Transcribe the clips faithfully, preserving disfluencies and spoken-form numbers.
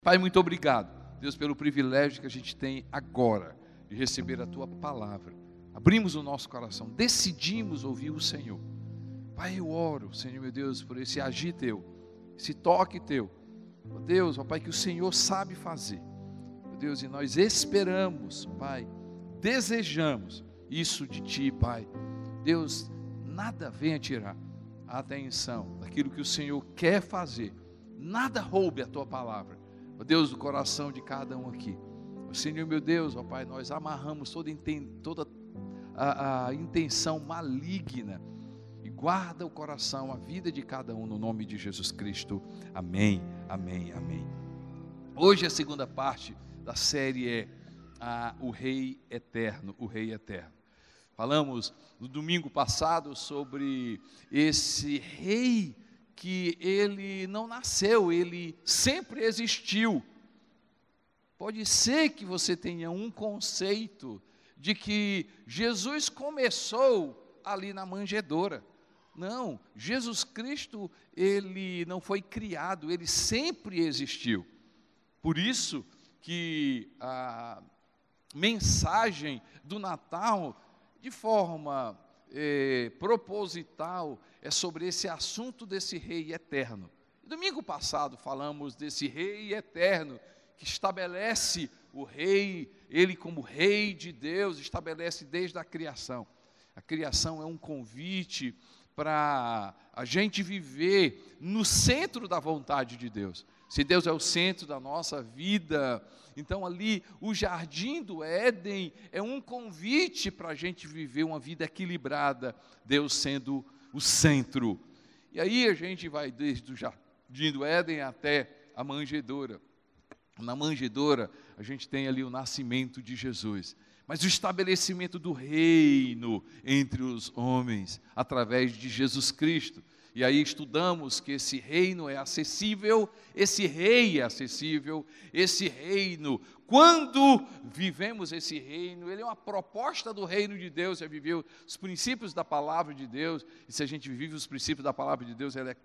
Pai, muito obrigado, Deus, pelo privilégio que a gente tem agora de receber a Tua palavra. Abrimos o nosso coração, decidimos ouvir o Senhor. Pai, eu oro, Senhor meu Deus, por esse agir Teu, esse toque Teu. Ó Deus, ó Pai, que o Senhor sabe fazer. Ó Deus, e nós esperamos, Pai, desejamos isso de Ti, Pai. Deus, nada venha tirar a atenção daquilo que o Senhor quer fazer. Nada roube a Tua palavra. Ó Deus, do coração de cada um aqui. Ó Senhor, meu Deus, ó Pai, nós amarramos toda, toda a, a intenção maligna e guarda o coração, a vida de cada um no nome de Jesus Cristo. Amém, amém, amém. Hoje a segunda parte da série é a, o Rei Eterno, o Rei Eterno. Falamos no domingo passado sobre esse Rei que ele não nasceu, ele sempre existiu. Pode ser que você tenha um conceito de que Jesus começou ali na manjedoura. Não, Jesus Cristo, ele não foi criado, ele sempre existiu. Por isso que a mensagem do Natal, de forma eh, proposital, é sobre esse assunto desse Rei eterno. Domingo passado falamos desse Rei eterno, que estabelece o Rei, ele como Rei de Deus, estabelece desde a criação. A criação é um convite para a gente viver no centro da vontade de Deus. Se Deus é o centro da nossa vida, então ali o jardim do Éden é um convite para a gente viver uma vida equilibrada, Deus sendo o centro. E aí a gente vai desde o jardim do Éden até a manjedoura. Na manjedoura a gente tem ali o nascimento de Jesus, mas o estabelecimento do reino entre os homens, através de Jesus Cristo. E aí estudamos que esse reino é acessível, esse rei é acessível, esse reino, quando vivemos esse reino, ele é uma proposta do reino de Deus, é viver os princípios da palavra de Deus, e se a gente vive os princípios da palavra de Deus, ele é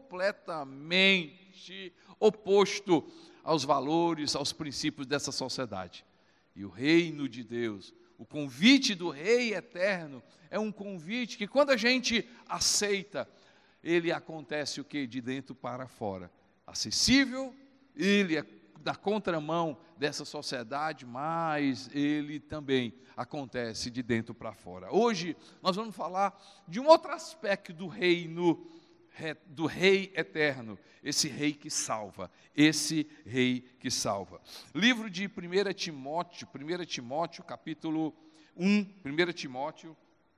completamente oposto aos valores, aos princípios dessa sociedade. E o reino de Deus, o convite do Rei eterno, é um convite que quando a gente aceita, ele acontece o que? De dentro para fora. Acessível, ele é da contramão dessa sociedade, mas ele também acontece de dentro para fora. Hoje nós vamos falar de um outro aspecto do reino, do Rei eterno, esse Rei que salva, esse Rei que salva. Livro de primeira Timóteo, primeira Timóteo, capítulo um, primeira Timóteo,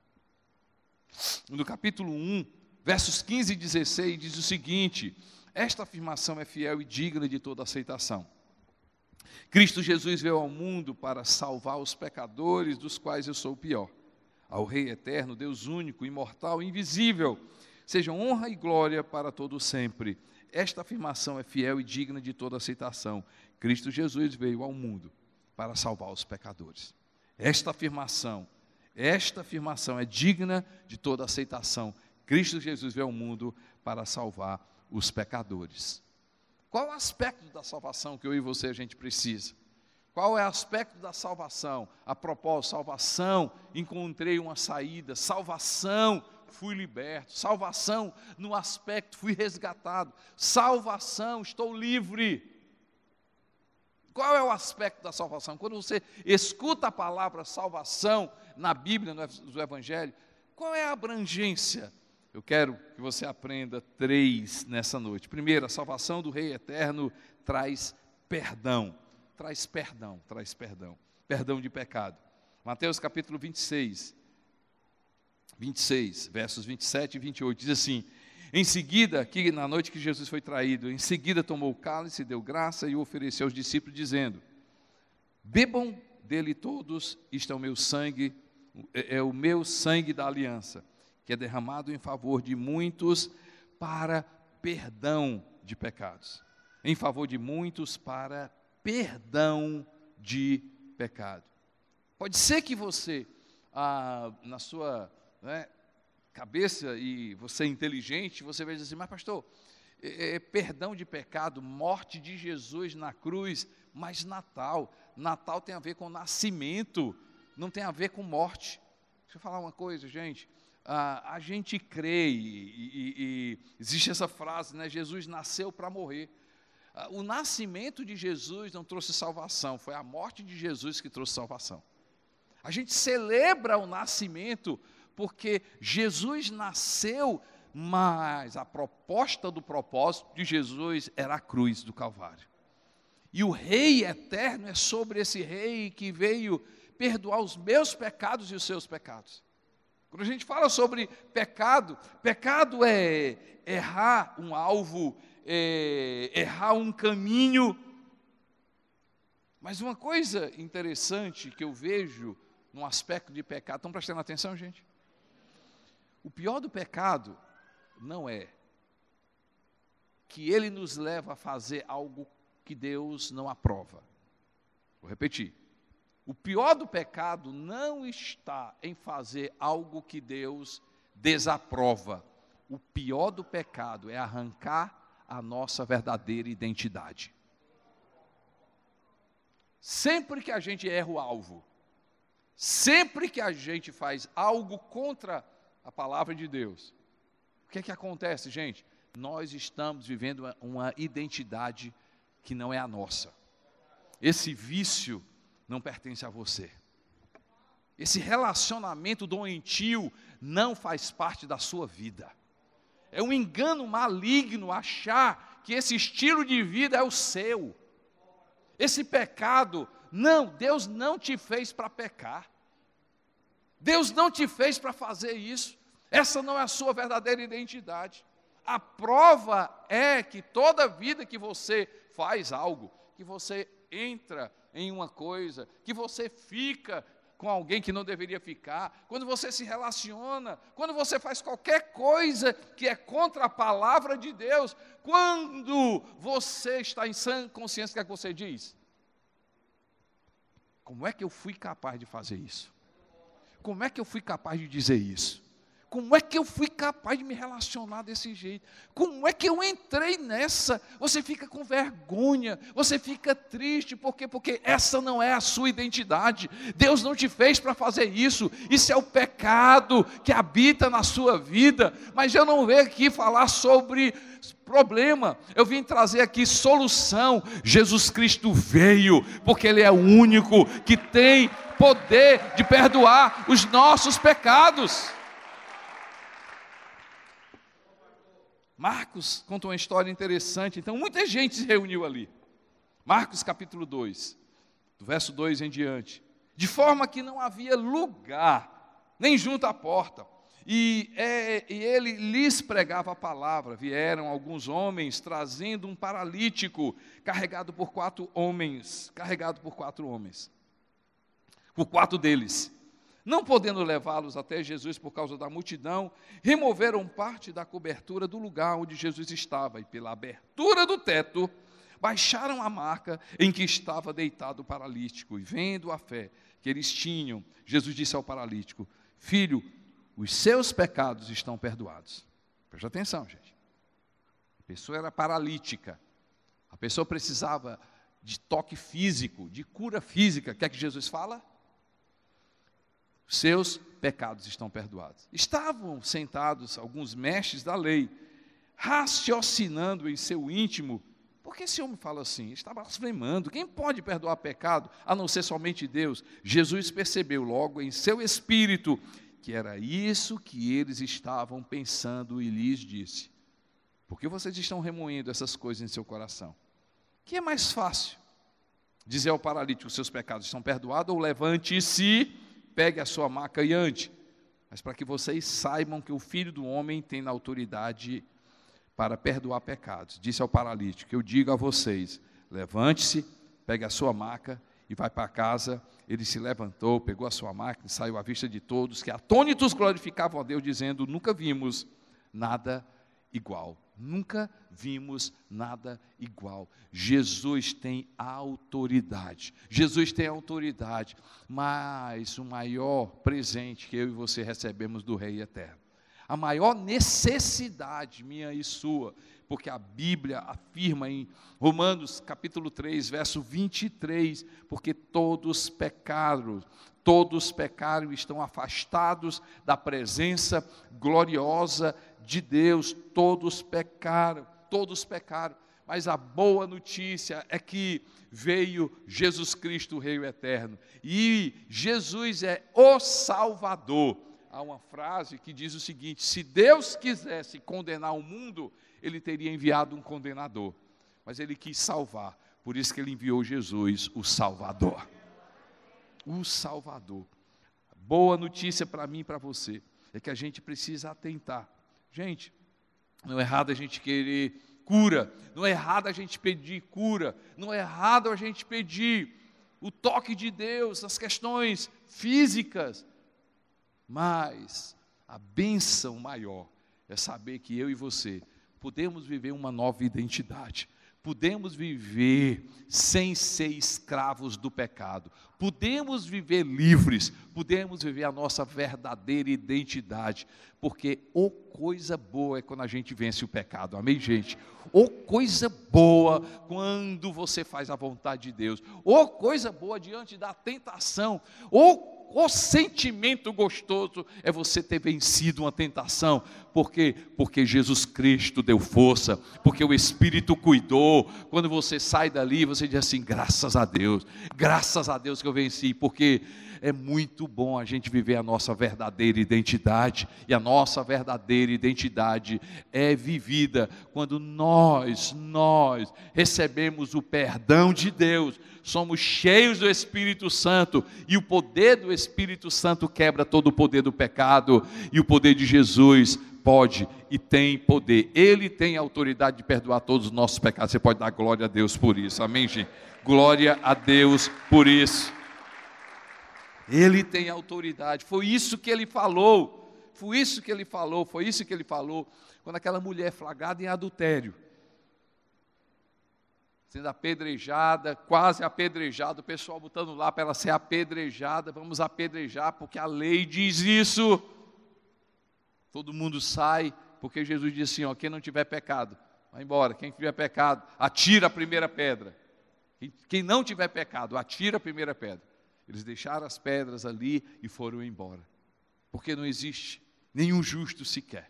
no capítulo um, versos quinze e dezesseis, diz o seguinte: esta afirmação é fiel e digna de toda aceitação. Cristo Jesus veio ao mundo para salvar os pecadores, dos quais eu sou o pior. Ao Rei eterno, Deus único, imortal, invisível, seja honra e glória para todo sempre. Esta afirmação é fiel e digna de toda aceitação. Cristo Jesus veio ao mundo para salvar os pecadores. Esta afirmação, esta afirmação é digna de toda aceitação. Cristo Jesus veio ao mundo para salvar os pecadores. Qual é o aspecto da salvação que eu e você a gente precisa? Qual é o aspecto da salvação? A propósito, salvação, encontrei uma saída. Salvação, fui liberto. Salvação, no aspecto, fui resgatado. Salvação, estou livre. Qual é o aspecto da salvação? Quando você escuta a palavra salvação na Bíblia, no Evangelho, qual é a abrangência? Eu quero que você aprenda três nessa noite. Primeiro, a salvação do Rei eterno traz perdão. Traz perdão, traz perdão. Perdão de pecado. Mateus capítulo vinte e seis, vinte e seis, versos vinte e sete e vinte e oito, diz assim: em seguida, aqui na noite que Jesus foi traído, em seguida tomou o cálice, deu graça e o ofereceu aos discípulos, dizendo: bebam dele todos, isto é o meu sangue, é o meu sangue da aliança, que é derramado em favor de muitos para perdão de pecados. Em favor de muitos para perdão de pecado. Pode ser que você, ah, na sua né, cabeça, e você é inteligente, você vai dizer assim: mas pastor, é, é, perdão de pecado, morte de Jesus na cruz, mas Natal, Natal tem a ver com nascimento, não tem a ver com morte. Deixa eu falar uma coisa, gente, ah, a gente crê, e, e, e existe essa frase, né, Jesus nasceu para morrer. Ah, o nascimento de Jesus não trouxe salvação, foi a morte de Jesus que trouxe salvação. A gente celebra o nascimento porque Jesus nasceu, mas a proposta do propósito de Jesus era a cruz do Calvário. E o Rei eterno é sobre esse Rei que veio perdoar os meus pecados e os seus pecados. Quando a gente fala sobre pecado, pecado é errar um alvo, é errar um caminho. Mas uma coisa interessante que eu vejo num aspecto de pecado, estão prestando atenção, gente? O pior do pecado não é que ele nos leva a fazer algo que Deus não aprova. Vou repetir. O pior do pecado não está em fazer algo que Deus desaprova. O pior do pecado é arrancar a nossa verdadeira identidade. Sempre que a gente erra o alvo, sempre que a gente faz algo contra a palavra de Deus, o que é que acontece, gente? Nós estamos vivendo uma, uma identidade que não é a nossa. Esse vício não pertence a você. Esse relacionamento doentio não faz parte da sua vida. É um engano maligno achar que esse estilo de vida é o seu. Esse pecado, não, Deus não te fez para pecar. Deus não te fez para fazer isso. Essa não é a sua verdadeira identidade. A prova é que toda vida que você faz algo, que você entra em uma coisa, que você fica com alguém que não deveria ficar, quando você se relaciona, quando você faz qualquer coisa que é contra a palavra de Deus, quando você está em sã consciência, o que é que você diz? Como é que eu fui capaz de fazer isso? Como é que eu fui capaz de dizer isso? Como é que eu fui capaz de me relacionar desse jeito? Como é que eu entrei nessa? Você fica com vergonha, você fica triste, por quê? Porque essa não é a sua identidade. Deus não te fez para fazer isso. Isso é o pecado que habita na sua vida. Mas eu não venho aqui falar sobre problema, eu vim trazer aqui solução. Jesus Cristo veio, porque Ele é o único que tem poder de perdoar os nossos pecados. Marcos conta uma história interessante, então muita gente se reuniu ali. Marcos capítulo dois, do verso dois em diante. De forma que não havia lugar, nem junto à porta. E, é, e ele lhes pregava a palavra. Vieram alguns homens trazendo um paralítico, carregado por quatro homens, carregado por quatro homens. Por quatro deles. Não podendo levá-los até Jesus por causa da multidão, removeram parte da cobertura do lugar onde Jesus estava, e pela abertura do teto, baixaram a maca em que estava deitado o paralítico, e vendo a fé que eles tinham, Jesus disse ao paralítico: filho, os seus pecados estão perdoados. Preste atenção, gente. A pessoa era paralítica, a pessoa precisava de toque físico, de cura física. O que é que Jesus fala? Seus pecados estão perdoados. Estavam sentados alguns mestres da lei, raciocinando em seu íntimo: por que esse homem fala assim? Está blasfemando. Quem pode perdoar pecado, a não ser somente Deus? Jesus percebeu logo em seu espírito que era isso que eles estavam pensando e lhes disse: por que vocês estão remoendo essas coisas em seu coração? Que é mais fácil dizer ao paralítico: seus pecados estão perdoados, ou levante-se, pegue a sua maca e ande. Mas para que vocês saibam que o Filho do Homem tem autoridade para perdoar pecados. Disse ao paralítico: eu digo a vocês, levante-se, pegue a sua maca e vai para casa. Ele se levantou, pegou a sua maca e saiu à vista de todos, que atônitos glorificavam a Deus, dizendo: nunca vimos nada igual. Nunca vimos nada igual. Jesus tem autoridade. Jesus tem autoridade. Mas o maior presente que eu e você recebemos do Rei Eterno, a maior necessidade minha e sua, porque a Bíblia afirma em Romanos capítulo três, verso vinte e três, porque todos pecaram, todos pecaram e estão afastados da presença gloriosa de Deus, todos pecaram, todos pecaram. Mas a boa notícia é que veio Jesus Cristo, o Rei Eterno, e Jesus é o Salvador. Há uma frase que diz o seguinte: se Deus quisesse condenar o mundo, Ele teria enviado um condenador, mas Ele quis salvar, por isso que Ele enviou Jesus, o Salvador. O Salvador. Boa notícia para mim e para você, é que a gente precisa atentar. Gente, não é errado a gente querer cura, não é errado a gente pedir cura, não é errado a gente pedir o toque de Deus nas questões físicas, mas a bênção maior é saber que eu e você podemos viver uma nova identidade, podemos viver sem ser escravos do pecado, podemos viver livres, podemos viver a nossa verdadeira identidade, porque ô coisa boa é quando a gente vence o pecado, amém, gente? Ô coisa boa quando você faz a vontade de Deus, ô coisa boa diante da tentação, ô O sentimento gostoso é você ter vencido uma tentação. Por quê? Porque Jesus Cristo deu força, porque o Espírito cuidou. Quando você sai dali, você diz assim: graças a Deus, graças a Deus que eu venci, porque é muito bom a gente viver a nossa verdadeira identidade, e a nossa verdadeira identidade é vivida quando nós, nós recebemos o perdão de Deus, somos cheios do Espírito Santo, e o poder do Espírito Santo quebra todo o poder do pecado, e o poder de Jesus pode e tem poder, Ele tem a autoridade de perdoar todos os nossos pecados. Você pode dar glória a Deus por isso, amém, gente? Glória a Deus por isso. Ele tem autoridade, foi isso que Ele falou, foi isso que Ele falou, foi isso que Ele falou, quando aquela mulher flagrada em adultério, sendo apedrejada, quase apedrejada, o pessoal botando lá para ela ser apedrejada, vamos apedrejar, porque a lei diz isso, todo mundo sai, porque Jesus disse assim, ó, quem não tiver pecado, vai embora, quem tiver pecado, atira a primeira pedra, quem, quem não tiver pecado, atira a primeira pedra. Eles deixaram as pedras ali e foram embora, porque não existe nenhum justo sequer,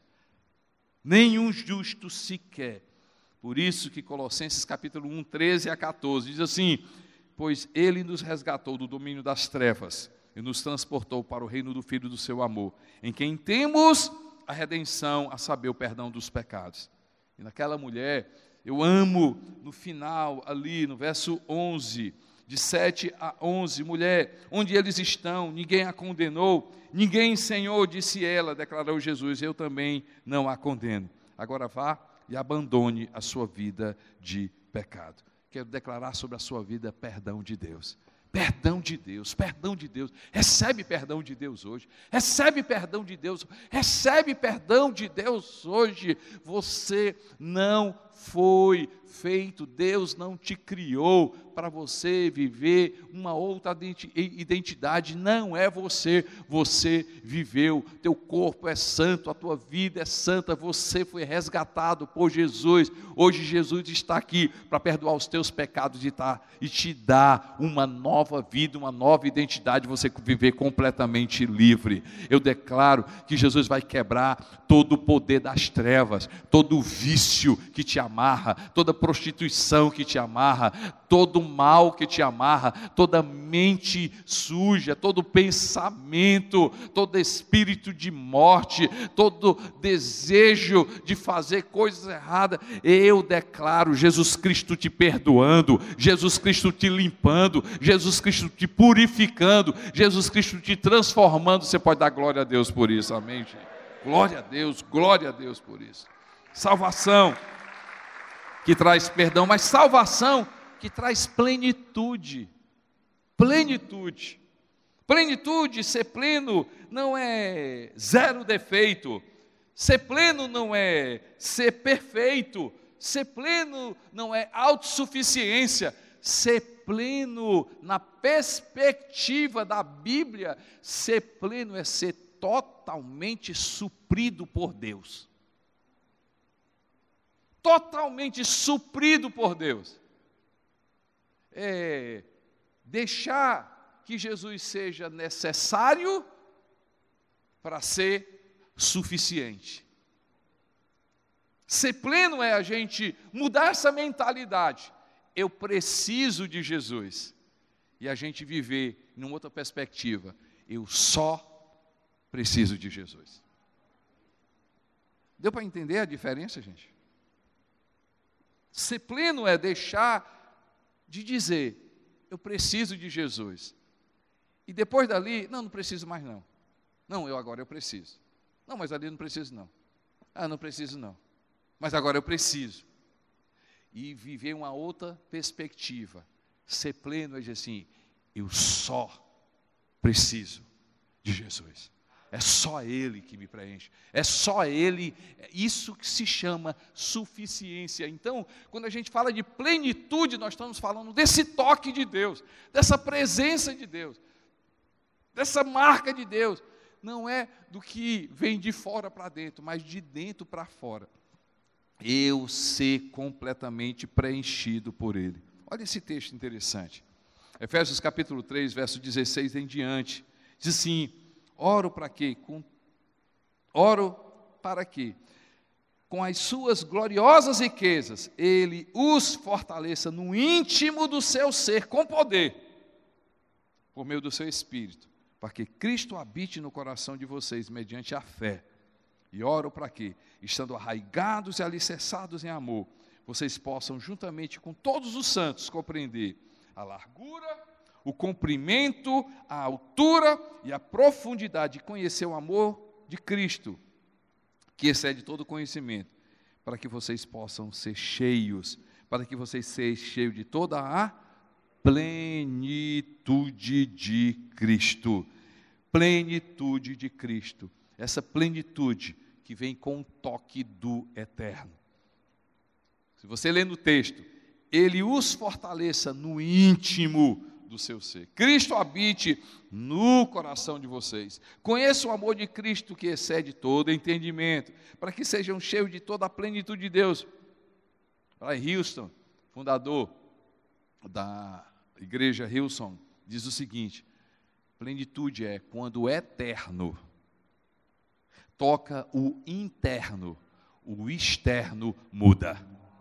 nenhum justo sequer. Por isso que Colossenses capítulo um, treze a quatorze, diz assim, pois Ele nos resgatou do domínio das trevas e nos transportou para o reino do Filho do seu amor, em quem temos a redenção, a saber, o perdão dos pecados. E naquela mulher, eu amo no final ali, no verso onze, de sete a onze, mulher, onde eles estão, ninguém a condenou, ninguém, Senhor, disse ela, declarou Jesus, eu também não a condeno. Agora vá e abandone a sua vida de pecado. Quero declarar sobre a sua vida perdão de Deus. Perdão de Deus, perdão de Deus, recebe perdão de Deus hoje, recebe perdão de Deus, recebe perdão de Deus hoje. Você não foi feito, Deus não te criou para você viver uma outra identidade, não é você, você viveu, teu corpo é santo, a tua vida é santa, você foi resgatado por Jesus, hoje Jesus está aqui para perdoar os teus pecados e, tá, e te dar uma nova vida, uma nova identidade, você viver completamente livre. Eu declaro que Jesus vai quebrar todo o poder das trevas, todo o vício que te amarra, toda prostituição que te amarra, todo o mal que te amarra, toda mente suja, todo pensamento, todo espírito de morte, todo desejo de fazer coisas erradas, eu declaro Jesus Cristo te perdoando, Jesus Cristo te limpando, Jesus Cristo te purificando, Jesus Cristo te transformando. Você pode dar glória a Deus por isso, amém, gente? Glória a Deus, glória a Deus por isso. Salvação que traz perdão, mas salvação que traz plenitude, plenitude, plenitude, ser pleno não é zero defeito, ser pleno não é ser perfeito, ser pleno não é autossuficiência, ser pleno na perspectiva da Bíblia, ser pleno é ser totalmente suprido por Deus, totalmente suprido por Deus. É deixar que Jesus seja necessário para ser suficiente. Ser pleno é a gente mudar essa mentalidade. Eu preciso de Jesus. E a gente viver numa outra perspectiva. Eu só preciso de Jesus. Deu para entender a diferença, gente? Ser pleno é deixar de dizer, eu preciso de Jesus. E depois dali, não, não preciso mais não. Não, eu agora eu preciso. Não, mas ali não preciso não. Ah, não preciso não. Mas agora eu preciso. E viver uma outra perspectiva. Ser pleno é dizer assim, eu só preciso de Jesus. É só Ele que me preenche. É só Ele, é isso que se chama suficiência. Então, quando a gente fala de plenitude, nós estamos falando desse toque de Deus, dessa presença de Deus, dessa marca de Deus. Não é do que vem de fora para dentro, mas de dentro para fora. Eu ser completamente preenchido por Ele. Olha esse texto interessante. Efésios capítulo três, verso dezesseis em diante. Diz assim, oro para quê? Com, oro para quê? Com as suas gloriosas riquezas, Ele os fortaleça no íntimo do seu ser, com poder, por meio do seu Espírito, para que Cristo habite no coração de vocês, mediante a fé. E oro para que, estando arraigados e alicerçados em amor, vocês possam, juntamente com todos os santos, compreender a largura, o comprimento, a altura e a profundidade, de conhecer o amor de Cristo, que excede todo conhecimento, para que vocês possam ser cheios, para que vocês sejam cheios de toda a plenitude de Cristo. Plenitude de Cristo. Essa plenitude que vem com o toque do eterno. Se você ler no texto, Ele os fortaleça no íntimo do seu ser. Cristo habite no coração de vocês. Conheça o amor de Cristo que excede todo entendimento, para que sejam cheios de toda a plenitude de Deus. Brian Houston, fundador da igreja Hillsong, diz o seguinte: plenitude é quando o eterno toca o interno, o externo muda.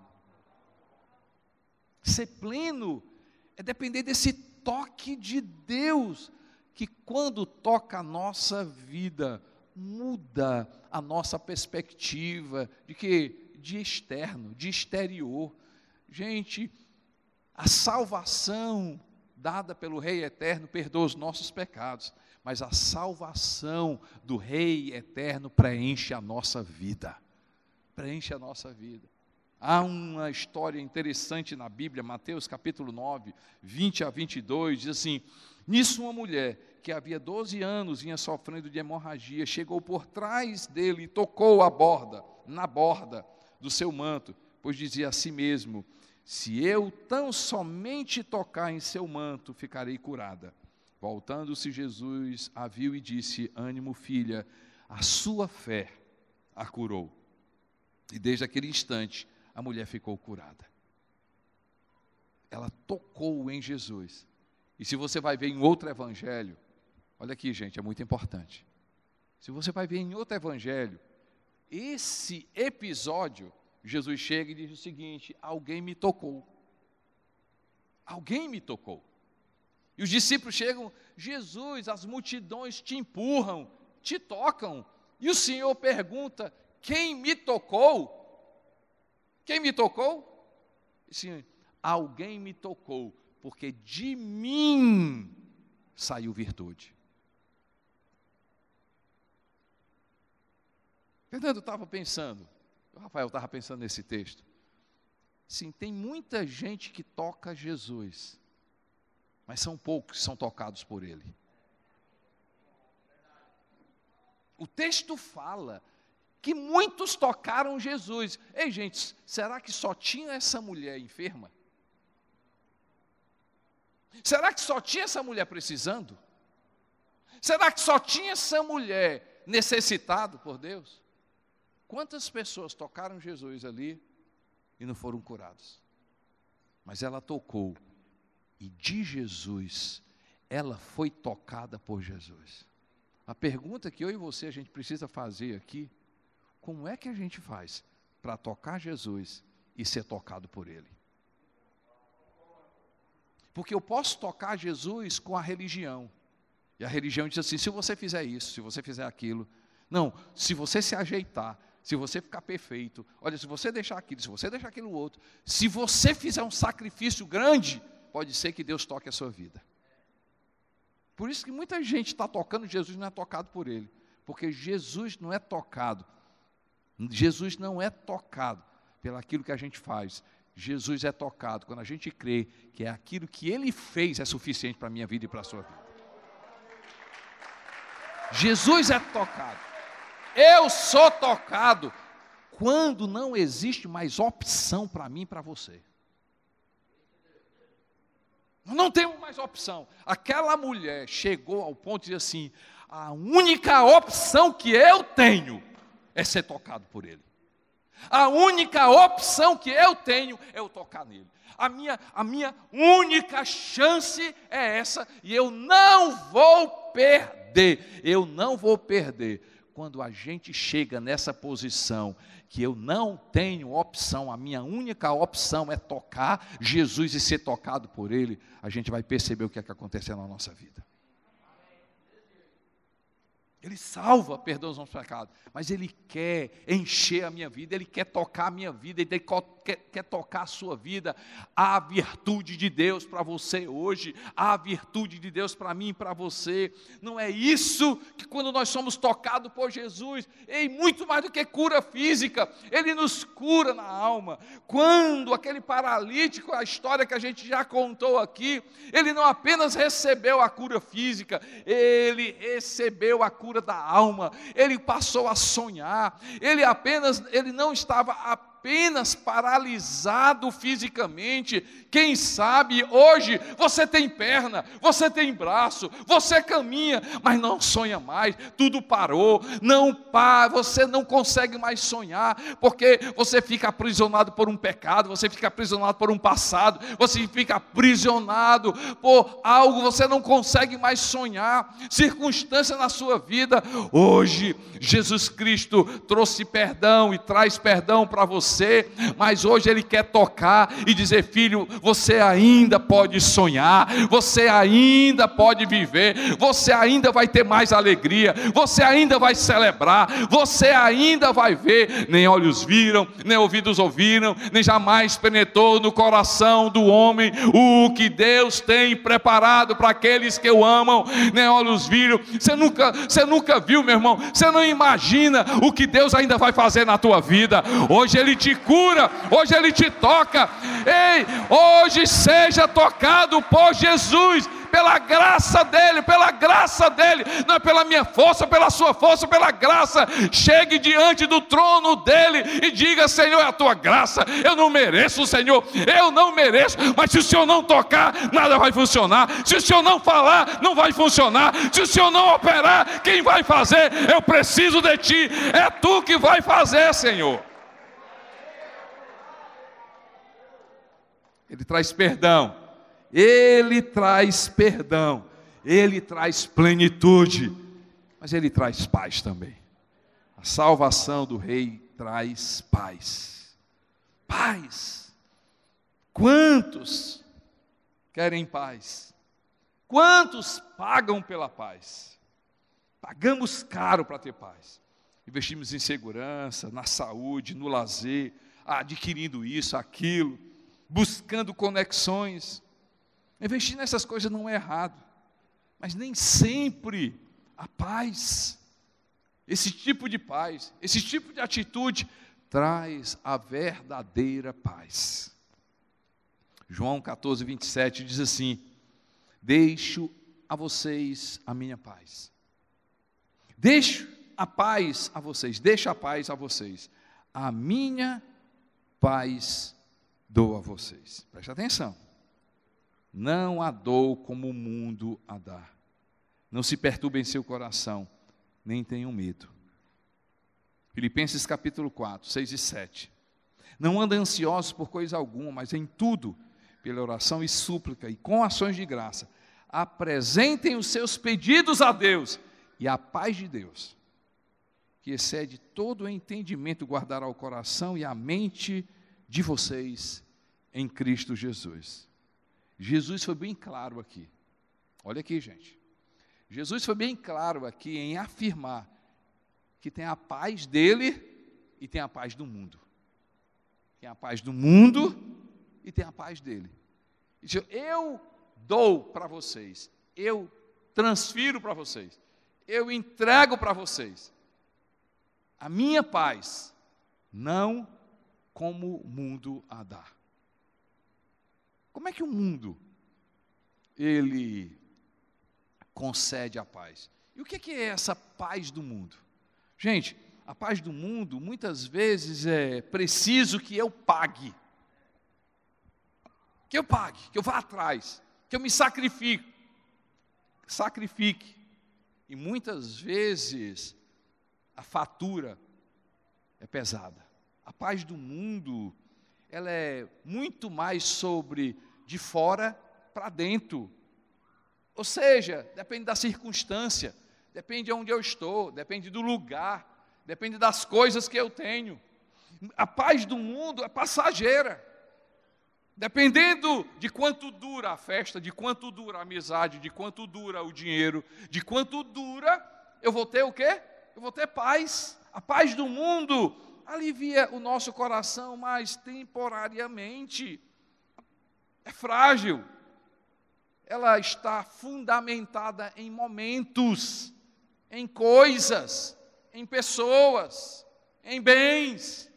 Ser pleno é depender desse toque de Deus, que quando toca a nossa vida, muda a nossa perspectiva de que? De externo, de exterior. Gente, a salvação dada pelo Rei Eterno perdoa os nossos pecados, mas a salvação do Rei Eterno preenche a nossa vida, preenche a nossa vida. Há uma história interessante na Bíblia, Mateus capítulo nove, vinte a vinte e dois, diz assim, nisso uma mulher que havia doze anos vinha sofrendo de hemorragia, chegou por trás dele e tocou a borda, na borda do seu manto, pois dizia a si mesmo, se eu tão somente tocar em seu manto, ficarei curada. Voltando-se, Jesus a viu e disse, ânimo, filha, a sua fé a curou. E desde aquele instante, a mulher ficou curada. Ela tocou em Jesus. E se você vai ver em outro evangelho, olha aqui, gente, é muito importante. Se você vai ver em outro evangelho, esse episódio, Jesus chega e diz o seguinte, alguém me tocou. Alguém me tocou. E os discípulos chegam, Jesus, as multidões te empurram, te tocam. E o Senhor pergunta, quem me tocou? Quem me tocou? Sim, alguém me tocou, porque de mim saiu virtude. Fernando estava pensando, o Rafael estava pensando nesse texto. Sim, tem muita gente que toca Jesus, mas são poucos que são tocados por Ele. O texto fala que muitos tocaram Jesus. Ei, gente, será que só tinha essa mulher enferma? Será que só tinha essa mulher precisando? Será que só tinha essa mulher necessitada por Deus? Quantas pessoas tocaram Jesus ali e não foram curados. Mas ela tocou, e de Jesus, ela foi tocada por Jesus. A pergunta que eu e você a gente precisa fazer aqui, como é que a gente faz para tocar Jesus e ser tocado por Ele? Porque eu posso tocar Jesus com a religião, e a religião diz assim, se você fizer isso, se você fizer aquilo, não, se você se ajeitar, se você ficar perfeito, olha, se você deixar aquilo, se você deixar aquilo outro, se você fizer um sacrifício grande, pode ser que Deus toque a sua vida. Por isso que muita gente está tocando Jesus e não é tocado por Ele, porque Jesus não é tocado, Jesus não é tocado pelo aquilo que a gente faz, Jesus é tocado quando a gente crê que é aquilo que Ele fez é suficiente para a minha vida e para a sua vida. Jesus é tocado, eu sou tocado quando não existe mais opção para mim e para você. Não temos mais opção. Aquela mulher chegou ao ponto de dizer assim, a única opção que eu tenho é ser tocado por Ele. A única opção que eu tenho é eu tocar nele. A minha, a minha única chance é essa, e eu não vou perder, eu não vou perder. Quando a gente chega nessa posição, que eu não tenho opção, a minha única opção é tocar Jesus e ser tocado por Ele, a gente vai perceber o que é que acontece na nossa vida. Ele salva, perdoa os nossos pecados, mas Ele quer encher a minha vida, Ele quer tocar a minha vida, Ele quer, quer tocar a sua vida. Há a virtude de Deus para você hoje, há a virtude de Deus para mim e para você. Não é isso que quando nós somos tocados por Jesus, e muito mais do que cura física, Ele nos cura na alma. Quando aquele paralítico, a história que a gente já contou aqui, ele não apenas recebeu a cura física, ele recebeu a cura da alma, ele passou a sonhar, ele apenas, ele não estava apenas paralisado fisicamente, quem sabe hoje você tem perna, você tem braço, você caminha, mas não sonha mais, tudo parou, não para, você não consegue mais sonhar, porque você fica aprisionado por um pecado, você fica aprisionado por um passado, você fica aprisionado por algo, você não consegue mais sonhar, circunstância na sua vida. Hoje Jesus Cristo trouxe perdão e traz perdão para você, mas hoje Ele quer tocar e dizer, filho, você ainda pode sonhar, você ainda pode viver, você ainda vai ter mais alegria, você ainda vai celebrar, você ainda vai ver, nem olhos viram, nem ouvidos ouviram, nem jamais penetrou no coração do homem o que Deus tem preparado para aqueles que o amam, nem olhos viram, você nunca, você nunca viu, meu irmão, você não imagina o que Deus ainda vai fazer na tua vida. Hoje Ele te cura, hoje Ele te toca. Ei, hoje seja tocado por Jesus, pela graça dEle, pela graça dEle, não é pela minha força, pela sua força, pela graça. Chegue diante do trono dEle e diga, Senhor, é a tua graça, eu não mereço, Senhor, eu não mereço, mas se o Senhor não tocar, nada vai funcionar, se o Senhor não falar, não vai funcionar, se o Senhor não operar, quem vai fazer? Eu preciso de Ti, é Tu que vai fazer, Senhor. Ele traz perdão, Ele traz perdão, Ele traz plenitude, mas Ele traz paz também. A salvação do Rei traz paz. Paz. Quantos querem paz? Quantos pagam pela paz? Pagamos caro para ter paz. Investimos em segurança, na saúde, no lazer, adquirindo isso, aquilo, buscando conexões. Investir nessas coisas não é errado, mas nem sempre a paz, esse tipo de paz, esse tipo de atitude traz a verdadeira paz. João catorze, vinte e sete diz assim: deixo a vocês a minha paz, deixo a paz a vocês, deixo a paz a vocês, a minha paz dou a vocês. Preste atenção. Não a dou como o mundo a dá. Não se perturbe em seu coração, nem tenham medo. Filipenses capítulo quatro, seis e sete. Não andem ansiosos por coisa alguma, mas em tudo, pela oração e súplica e com ações de graça, apresentem os seus pedidos a Deus, e a paz de Deus, que excede todo o entendimento, guardará o coração e a mente de vocês em Cristo Jesus. Jesus foi bem claro aqui. Olha aqui, gente. Jesus foi bem claro aqui em afirmar que tem a paz dele e tem a paz do mundo. Tem a paz do mundo e tem a paz dele. Eu dou para vocês, eu transfiro para vocês, eu entrego para vocês a minha paz, não como o mundo a dá. Como é que o mundo, ele concede a paz? E o que é essa paz do mundo? Gente, a paz do mundo, muitas vezes é preciso que eu pague. Que eu pague, que eu vá atrás, que eu me sacrifique. Sacrifique. E muitas vezes a fatura é pesada. A paz do mundo, ela é muito mais sobre de fora para dentro. Ou seja, depende da circunstância, depende de onde eu estou, depende do lugar, depende das coisas que eu tenho. A paz do mundo é passageira. Dependendo de quanto dura a festa, de quanto dura a amizade, de quanto dura o dinheiro, de quanto dura, eu vou ter o quê? Eu vou ter paz. A paz do mundo alivia o nosso coração, mas temporariamente. É frágil. Ela está fundamentada em momentos, em coisas, em pessoas, em bens,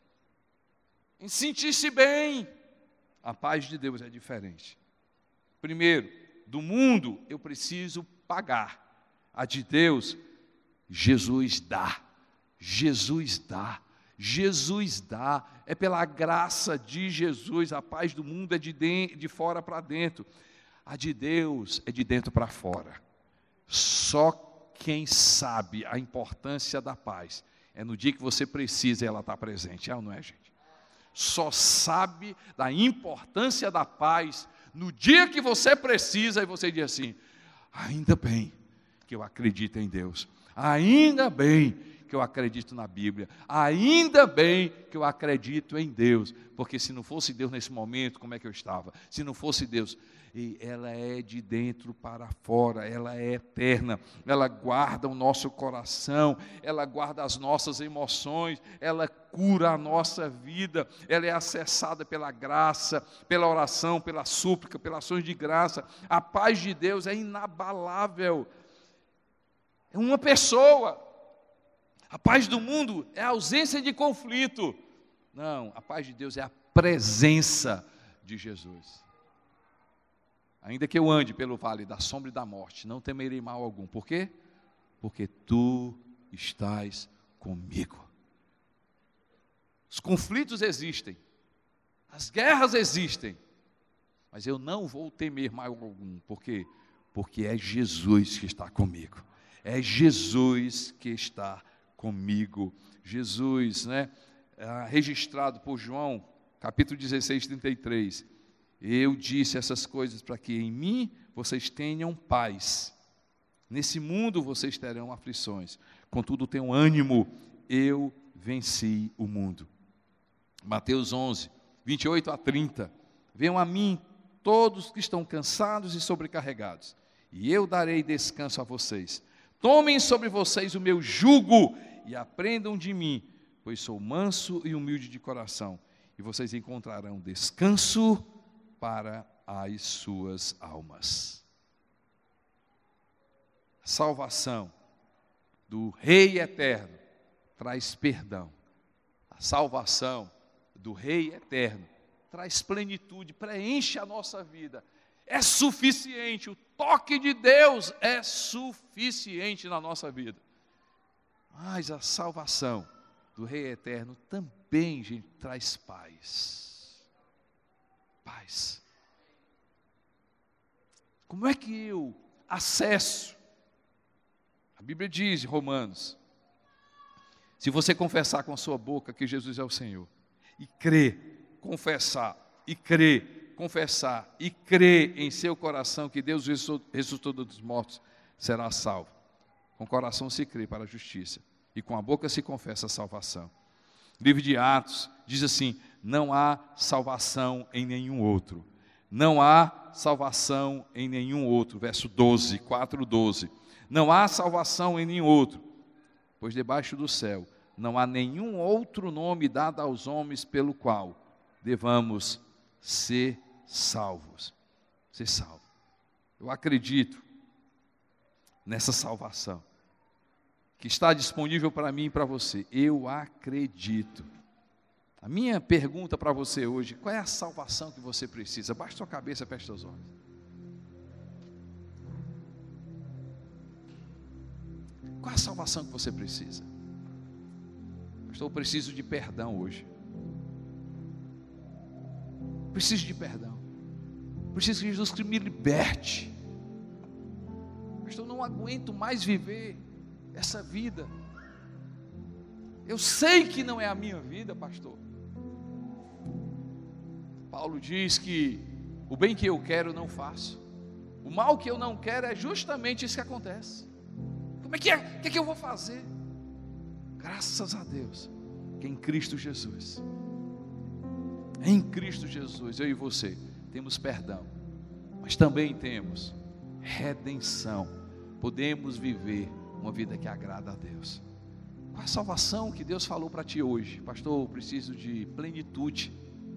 em sentir-se bem. A paz de Deus é diferente. Primeiro, do mundo eu preciso pagar. A de Deus, Jesus dá. Jesus dá. Jesus dá. É pela graça de Jesus. A paz do mundo é de, de, de fora para dentro. A de Deus é de dentro para fora. Só quem sabe a importância da paz é no dia que você precisa ela está presente. É ou não é, gente? Só sabe da importância da paz no dia que você precisa e você diz assim: ainda bem que eu acredito em Deus, ainda bem que eu acredito na Bíblia, ainda bem que eu acredito em Deus, porque se não fosse Deus nesse momento, como é que eu estava? Se não fosse Deus, e ela é de dentro para fora, ela é eterna, ela guarda o nosso coração, ela guarda as nossas emoções, ela cura a nossa vida, ela é acessada pela graça, pela oração, pela súplica, pelas ações de graça. A paz de Deus é inabalável, é uma pessoa. A paz do mundo é a ausência de conflito. Não, a paz de Deus é a presença de Jesus. Ainda que eu ande pelo vale da sombra e da morte, não temerei mal algum. Por quê? Porque tu estás comigo. Os conflitos existem, as guerras existem, mas eu não vou temer mal algum. Por quê? Porque é Jesus que está comigo. É Jesus que está comigo. Jesus, né? É, registrado por João, capítulo dezesseis, trinta e três. Eu disse essas coisas para que em mim vocês tenham paz. Nesse mundo vocês terão aflições. Contudo, tenham ânimo. Eu venci o mundo. Mateus onze, vinte e oito a trinta. Venham a mim todos que estão cansados e sobrecarregados, e eu darei descanso a vocês. Tomem sobre vocês o meu jugo e aprendam de mim, pois sou manso e humilde de coração, e vocês encontrarão descanso para as suas almas. A salvação do Rei Eterno traz perdão. A salvação do Rei Eterno traz plenitude, preenche a nossa vida. É suficiente, o toque de Deus é suficiente na nossa vida. Mas a salvação do Rei Eterno também, gente, traz paz. Paz. Como é que eu acesso? A Bíblia diz em Romanos: se você confessar com a sua boca que Jesus é o Senhor, e crer, confessar, e crer, confessar, e crer em seu coração que Deus ressuscitou dos mortos, será salvo. Com o coração se crê para a justiça, e com a boca se confessa a salvação. Livro de Atos diz assim: não há salvação em nenhum outro. Não há salvação em nenhum outro. Verso doze, quatro, doze. Não há salvação em nenhum outro, pois debaixo do céu não há nenhum outro nome dado aos homens pelo qual devamos ser salvos. Ser salvo. Eu acredito nessa salvação que está disponível para mim e para você. Eu acredito. A minha pergunta para você hoje: qual é a salvação que você precisa? Baixe sua cabeça e feche seus olhos. Qual é a salvação que você precisa? Pastor, eu preciso de perdão hoje. Preciso de perdão. Preciso que Jesus me liberte. Pastor, eu não aguento mais viver essa vida. Eu sei que não é a minha vida, pastor. Paulo diz que o bem que eu quero não faço, o mal que eu não quero é justamente isso que acontece. Como é que é? O que é que eu vou fazer? Graças a Deus que em Cristo Jesus, em Cristo Jesus, eu e você temos perdão, mas também temos redenção. Podemos viver uma vida que agrada a Deus. Qual a salvação que Deus falou para ti hoje? Pastor, eu preciso de plenitude.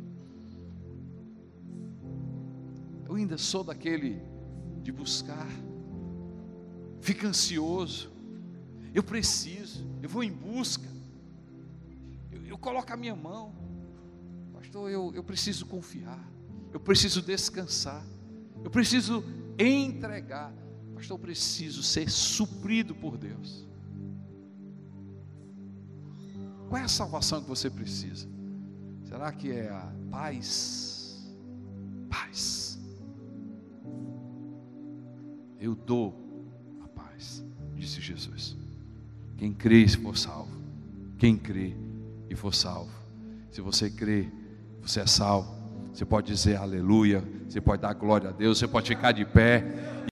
Eu ainda sou daquele de buscar, fica ansioso. Eu preciso, eu vou em busca, eu, eu coloco a minha mão. Pastor, eu, eu preciso confiar, eu preciso descansar, eu preciso entregar. Pastor, eu preciso ser suprido por Deus. Qual é a salvação que você precisa? Será que é a paz? Paz. Eu dou a paz, disse Jesus. Quem crê e for salvo. Quem crê e for salvo. Se você crê, você é salvo. Você pode dizer aleluia, você pode dar glória a Deus, você pode ficar de pé.